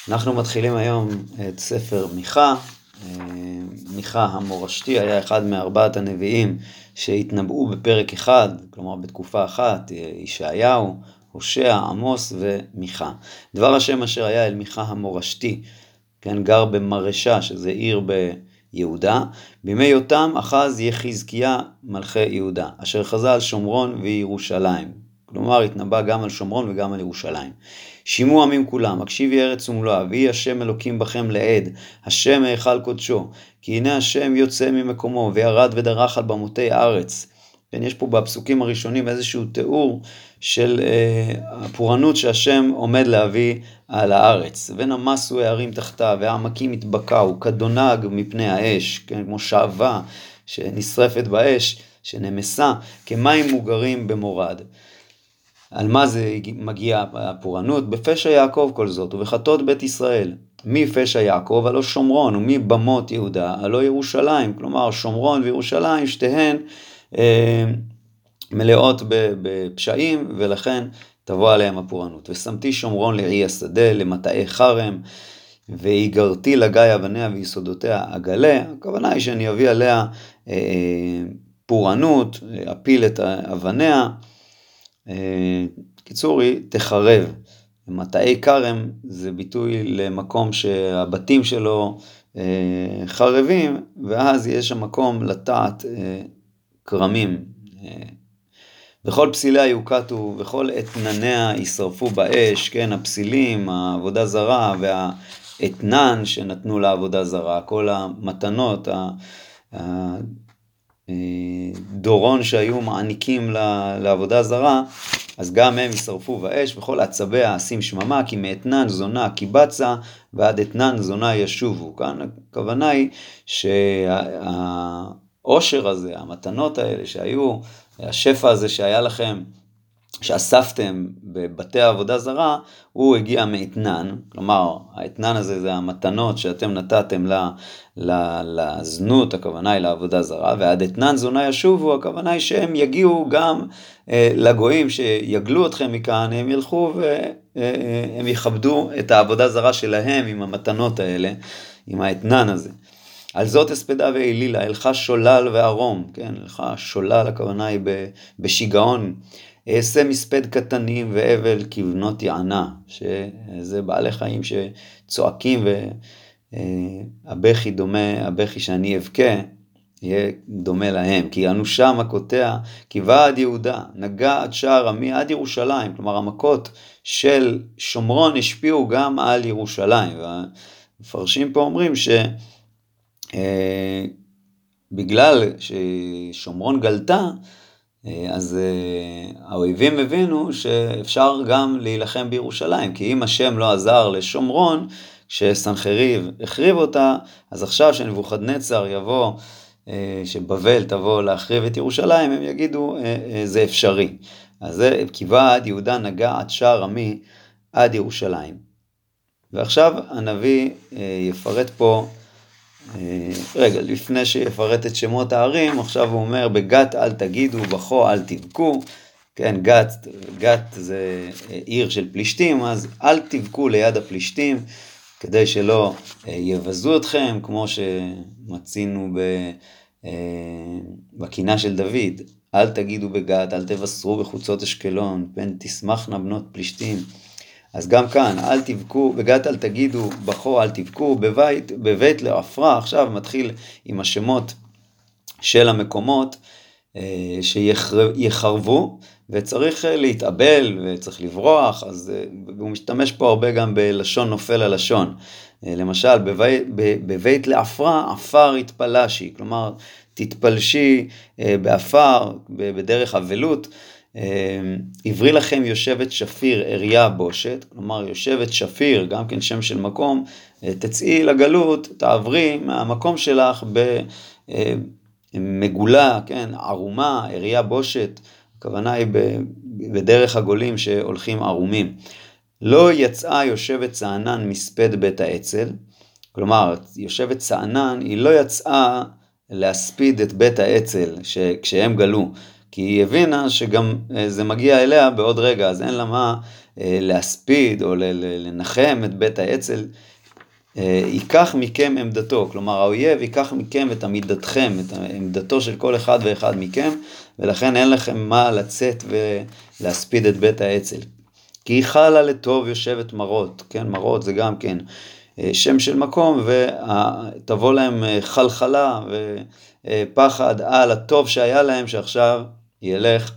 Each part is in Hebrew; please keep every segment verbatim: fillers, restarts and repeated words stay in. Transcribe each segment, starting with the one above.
אנחנו מתחילים היום את ספר מיכה. מיכה המורשתי היה אחד מארבעת הנביאים שהתנבאו בפרק אחד, כלומר בתקופה אחת, ישעיהו, הושע, עמוס ומיכה. דבר השם אשר היה אל מיכה המורשתי, כן, גר במרשה, שזה עיר ביהודה, בימי יותם אחז יחזקיה מלכי יהודה, אשר חזה על שומרון וירושלים. כלומר, התנבא גם על שומרון וגם על ירושלים. שימו עמים כולם, הקשיבי ארץ ומלואה, ויהי השם אלוקים בכם לעד, השם היכל קודשו, כי הנה השם יוצא ממקומו, וירד ודרך על במותי הארץ. כן, יש פה בפסוקים הראשונים איזשהו תיאור של אה, הפורענות שהשם עומד להביא על הארץ. ונמסו הערים תחתיו, והעמקים התבקעו, כדונג מפני האש, כן, כמו שעבה שנשרפת באש, שנמסה, כמים מוגרים במורד. על מה זה מגיע הפורענות? בפשע יעקב כל זאת, ובחטות בית ישראל. מי פשע יעקב? הלא שומרון, ומי במות יהודה? הלא ירושלים. כלומר, שומרון וירושלים, שתיהן אה, מלאות בפשעים, ולכן תבוא עליהם הפורענות. ושמתי שומרון לעי השדה, למטעי חרם, והיגרתי לגיא אבניה ויסודותיה אגלה. הכוונה היא שאני אביא עליה אה, פורענות, אפיל את אבניה, קיצור היא תחרב. מטעי כרם זה ביטוי למקום שהבתים שלו חרבים, ואז יש המקום לטעת כרמים. וכל פסיליה יוקטו, וכל אתנניה ישרפו באש, כן, הפסילים, העבודה זרה והאתנן שנתנו לעבודה זרה, כל המתנות, דורון שהיו מעניקים לעבודה זרה, אז גם הם ישרפו באש, וכל עצבי העשים שממה, כי מאתנן זונה קיבצה, ועד אתנן זונה ישובו. כאן הכוונה היא שהעושר הזה, המתנות האלה שהיו, השפע הזה שהיה לכם, שאספתם בבתי העבודה זרה, הוא הגיע מאתנן. כלומר, האתנן הזה זה המתנות שאתם נתתם לזנות, הכוונה היא לעבודה זרה, ועד אתנן זונה ישובו, הכוונה היא שהם יגיעו גם אה, לגויים שיגלו אתכם מכאן, הם ילכו והם יכבדו את העבודה זרה שלהם עם המתנות האלה, עם האתנן הזה. על זאת הספדה ואלילה, אלך שולל וערום, כן, אלך שולל, הכוונה היא בשיגעון, אעשה מספד קטנים ואבל כבנות יענה, שזה בעלי חיים שצועקים, והבכי דומה, הבכי שאני אבכה, יהיה דומה להם, כי אנושה מכותיה, כי ועד יהודה, נגע עד שער עמי עד ירושלים, כלומר המכות של שומרון השפיעו גם על ירושלים, והמפרשים פה אומרים ש... בגלל ששומרון גלתה, אז האויבים הבינו שאפשר גם להילחם בירושלים, כי אם השם לא עזר לשומרון, כשסנחריב החריב אותה, אז עכשיו שנבוכדנצר יבוא, שבבל תבוא להחריב את ירושלים, הם יגידו זה אפשרי. אז זה כי ועד יהודה נגע עד שער עמי עד ירושלים. ועכשיו הנביא יפרט פה, רגע, לפני שיפרט את שמות הערים, עכשיו הוא אומר, בגת אל תגידו, בכו אל תבכו, כן, גת, גת זה עיר של פלישתים, אז אל תבכו ליד הפלישתים, כדי שלא יבזו אתכם, כמו שמצינו בקינה של דוד, אל תגידו בגת, אל תבשרו בחוצות אשקלון, פן תשמחנה בנות פלישתים. אז גם כאן, אל תבכו, בגת אל תגידו, בכו אל תבכו, בבית, בבית לעפרה, עכשיו מתחיל עם השמות של המקומות אה, שיחרבו, וצריך להתאבל וצריך לברוח, אז הוא משתמש פה הרבה גם בלשון נופל הלשון. אה, למשל, בבית, בבית לעפרה, עפר התפלשי, כלומר, תתפלשי אה, באפר, בדרך אבלות, עברי לכם יושבת שפיר אריה בושת, כלומר יושבת שפיר, גם כן שם של מקום, תצאי לגלות, תעברי מהמקום שלך במגולה, כן, ערומה, אריה בושת, הכוונה היא בדרך הגולים שהולכים ערומים. לא יצאה יושבת צענן מספד בית העצל, כלומר יושבת צענן היא לא יצאה להספיד את בית העצל כשהם גלו, כי היא הבינה שגם זה מגיע אליה בעוד רגע, אז אין לה מה להספיד או לנחם את בית האצל, ייקח מכם עמדתו, כלומר האויב ייקח מכם את עמידתכם, את עמדתו של כל אחד ואחד מכם, ולכן אין לכם מה לצאת ולהספיד את בית האצל. כי חלה לטוב יושבת מרות, כן, מרות זה גם כן שם של מקום, ותבוא להם חלחלה ופחד על הטוב שהיה להם שעכשיו ילך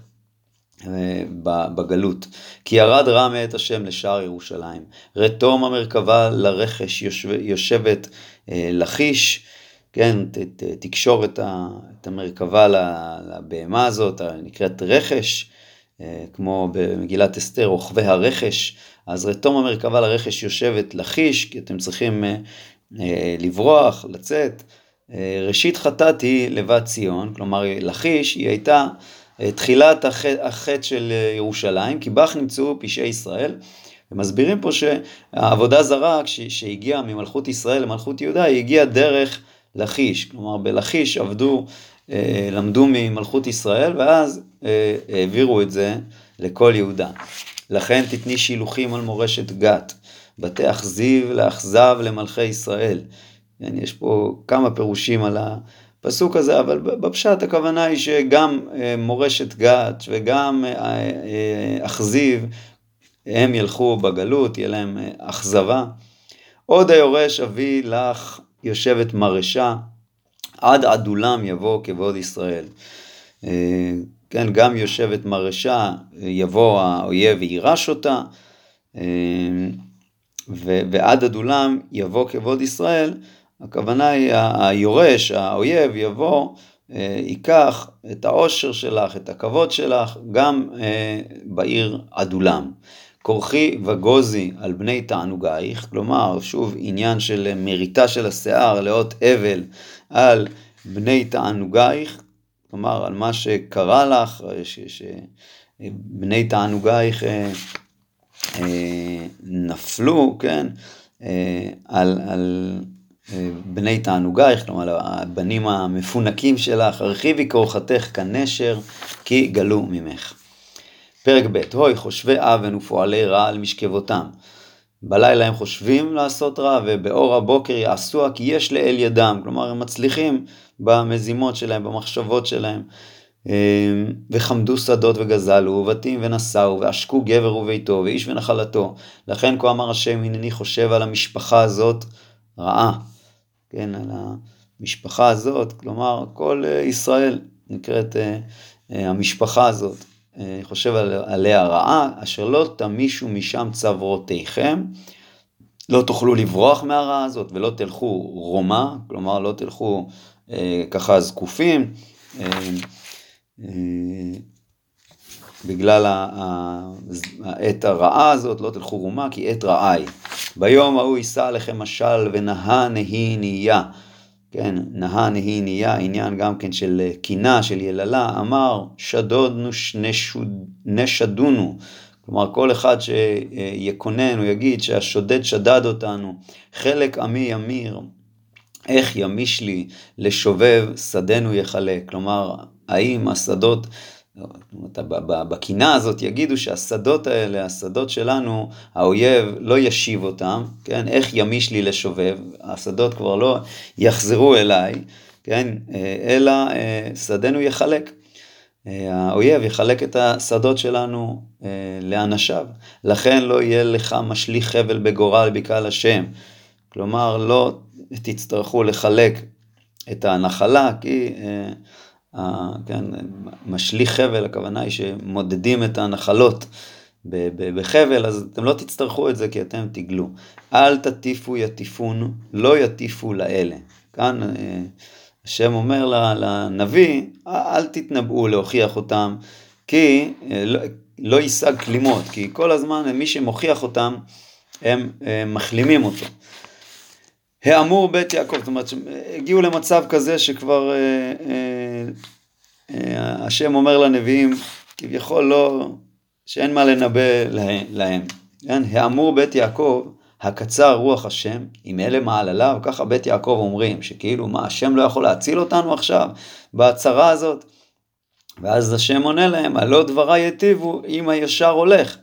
בגלות. כי ירד רע מאת השם לשער ירושלים, רתום המרכבה לרכש יושבת לחיש, כן, תקשור את המרכבה לבהמה הזאת, נקראת רכש, כמו במגילת אסתר, רוכבי הרכש. אז רתום המרכבה לרכש יושבת לחיש, כי אתם צריכים לברוח, לצאת. ראשית חטאת היא לבת ציון, כלומר לחיש היא הייתה תחילת החטא של ירושלים, כי בך נמצאו פשעי ישראל. ומסבירים פה שהעבודה זרה שהגיעה ממלכות ישראל למלכות יהודה, היא הגיעה דרך לחיש, כלומר בלחיש עבדו, למדו ממלכות ישראל, ואז העבירו את זה לכל יהודה. לכן תתני שילוחים על מורשת גת, בתי אכזיב לאכזב למלכי ישראל. יש פה כמה פירושים על הפסוק הזה, אבל בפשט הכוונה היא שגם מורשת גת וגם אכזיב, הם ילכו בגלות, יהיה להם אכזבה. עוד היורש אבי לך יושבת מרשה, עד עדולם יבוא כבוד ישראל. כן, גם יושבת מרשה, יבוא האויב וירש אותה, ועד עדולם יבוא כבוד ישראל. הכוונה היא היורש, האויב יבוא, ייקח את העושר שלך, את הכבוד שלך, גם בעיר עדולם. כורחי וגוזי על בני תענוגייך, כלומר שוב עניין של מריטה של השיער לאות אבל על בני תענוגייך, כלומר על מה שקרה לך, שבני תענוגייך אה, אה, נפלו, כן, אה, על, על אה, בני תענוגייך, כלומר הבנים המפונקים שלך, הרחיבי כורחתך כנשר כי גלו ממך. פרק ב' הוי חושבי אבן ופועלי רע על משכבותם. בלילה הם חושבים לעשות רע ובאור הבוקר יעשוה כי יש לאל ידם. כלומר הם מצליחים במזימות שלהם, במחשבות שלהם. וחמדו שדות וגזלו ובתים ונסעו ועשקו גבר וביתו ואיש ונחלתו. לכן כה אמר השם הנני חושב על המשפחה הזאת רעה. כן, על המשפחה הזאת, כלומר כל ישראל נקראת המשפחה הזאת. חושב עליה רעה, אשר לא תמישו משם צוורותיכם, לא תוכלו לברוח מהרעה הזאת, ולא תלכו רומה, כלומר לא תלכו אה, ככה זקופים, אה, אה, בגלל העת הרעה הזאת, לא תלכו רומה, כי עת רעה היא. ביום ההוא יישא עליכם משל ונהה נהי נהיה, כן, נהה נהי נהיה, עניין גם כן של קינה, של יללה, אמר שדודנו נשדונו, כלומר כל אחד שיקונן, הוא יגיד שהשודד שדד אותנו, חלק עמי ימיר, איך ימיש לי לשובב שדנו יחלק, כלומר האם השדות, בקינה הזאת יגידו שהשדות האלה, השדות שלנו, האויב לא ישיב אותם, כן? איך ימיש לי לשובב, השדות כבר לא יחזרו אליי, כן? אלא שדנו יחלק, האויב יחלק את השדות שלנו לאנשיו, לכן לא יהיה לך משליך חבל בגורל בקהל השם, כלומר לא תצטרכו לחלק את הנחלה, כי כן, משליך חבל, הכוונה היא שמודדים את הנחלות בחבל, אז אתם לא תצטרכו את זה כי אתם תגלו. אל תטיפו יטיפון, לא יטיפו לאלה. כאן השם אומר לנביא, אל תתנבאו להוכיח אותם, כי לא, לא יישג כלימות, כי כל הזמן מי שמוכיח אותם, הם מחלימים אותו. האמור בית יעקב, זאת אומרת, הגיעו למצב כזה שכבר אה, אה, אה, השם אומר לנביאים, כביכול לא, שאין מה לנבא להם. כן? האמור בית יעקב, הקצר רוח השם, אם אלה מעל עליו, ככה בית יעקב אומרים, שכאילו מה, השם לא יכול להציל אותנו עכשיו, בהצרה הזאת. ואז השם עונה להם, הלא דברי יטיבו, אם הישר הולך.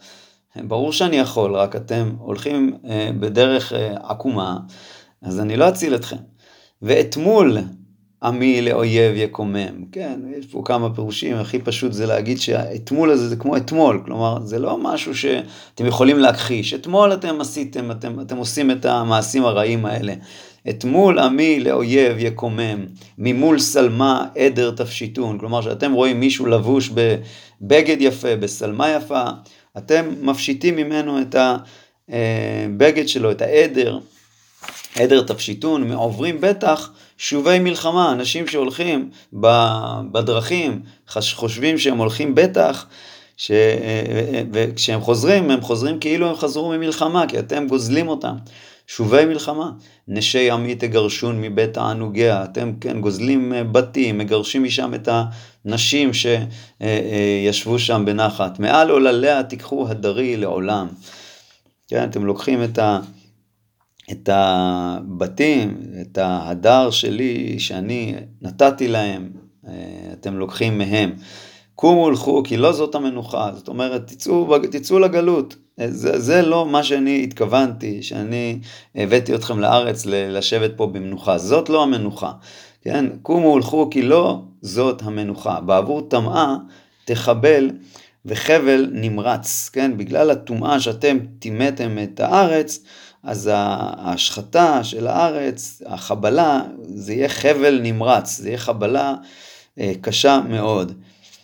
ברור שאני יכול, רק אתם הולכים בדרך עקומה, אז אני לא אציל אתכם. ואתמול עמי לאויב יקומם. כן, יש פה כמה פירושים, הכי פשוט זה להגיד שהאתמול הזה זה כמו אתמול, כלומר זה לא משהו שאתם יכולים להכחיש. אתמול אתם עשיתם, אתם, אתם עושים את המעשים הרעים האלה. אתמול עמי לאויב יקומם, ממול סלמה עדר תפשיטון, כלומר שאתם רואים מישהו לבוש בבגד יפה, בסלמה יפה, אתם מפשיטים ממנו את הבגד שלו, את העדר, עדר תפשיטון, מעוברים בטח שובי מלחמה, אנשים שהולכים בדרכים, חושבים שהם הולכים בטח, ש... וכשהם חוזרים, הם חוזרים כאילו הם חזרו ממלחמה, כי אתם גוזלים אותם. שובי מלחמה, נשי עמי תגרשון מבית הענוגיה, אתם כן גוזלים בתים, מגרשים משם את הנשים שישבו שם בנחת, מעל עולליה תיקחו הדרי לעולם. כן, אתם לוקחים את ה... את הבתים, את ההדר שלי שאני נתתי להם, אתם לוקחים מהם. קומו הלכו, כי לא זאת המנוחה, זאת אומרת, תצאו, תצאו לגלות. זה, זה לא מה שאני התכוונתי, שאני הבאתי אתכם לארץ לשבת פה במנוחה. זאת לא המנוחה. כן? קומו הלכו, כי לא זאת המנוחה. בעבור טמאה תחבל וחבל נמרץ. כן? בגלל הטומאה שאתם טימאתם את הארץ, אז ההשחתה של הארץ, החבלה, זה יהיה חבל נמרץ, זה יהיה חבלה קשה מאוד.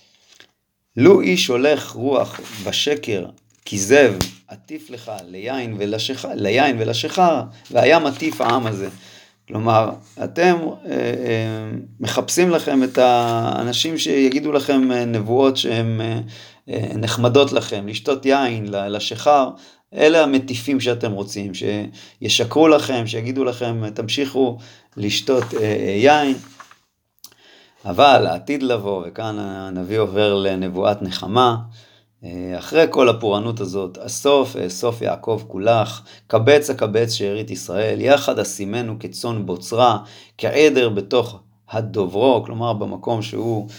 לו איש הולך רוח בשקר, כיזב, עטיף לך ליין ולשחר, ליין ולשחר, והיה מטיף העם הזה. כלומר, אתם אה, אה, מחפשים לכם את האנשים שיגידו לכם נבואות שהן אה, נחמדות לכם, לשתות יין, לשחר, אלה המטיפים שאתם רוצים, שישקרו לכם, שיגידו לכם, תמשיכו לשתות יין. אבל העתיד לבוא, וכאן הנביא עובר לנבואת נחמה, אחרי כל הפורענות הזאת, הסוף, סוף יעקב כולך, קבץ הקבץ שארית ישראל, יחד אשימנו כצאן בוצרה, כעדר בתוך הדוברו, כלומר במקום שהוא,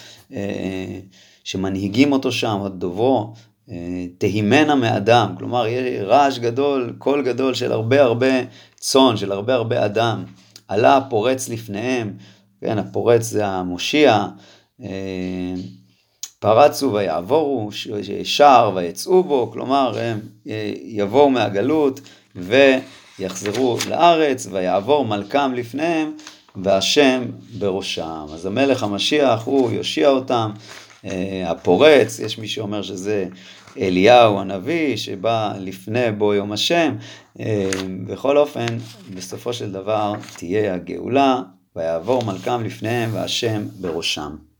שמנהיגים אותו שם, הדוברו, תהימנה מאדם, כלומר יהיה רעש גדול, קול גדול של הרבה הרבה צאן, של הרבה הרבה אדם, עלה הפורץ לפניהם, כן, הפורץ זה המושיע, פרצו ויעבורו, שער ויצאו בו, כלומר הם יבואו מהגלות ויחזרו לארץ, ויעבור מלכם לפניהם, והשם בראשם. אז המלך המשיח הוא יושיע אותם, הפורץ, יש מי שאומר שזה אליהו הנביא שבא לפני בו יום השם. בכל אופן, בסופו של דבר תהיה הגאולה, ויעבור מלכם לפניהם והשם בראשם.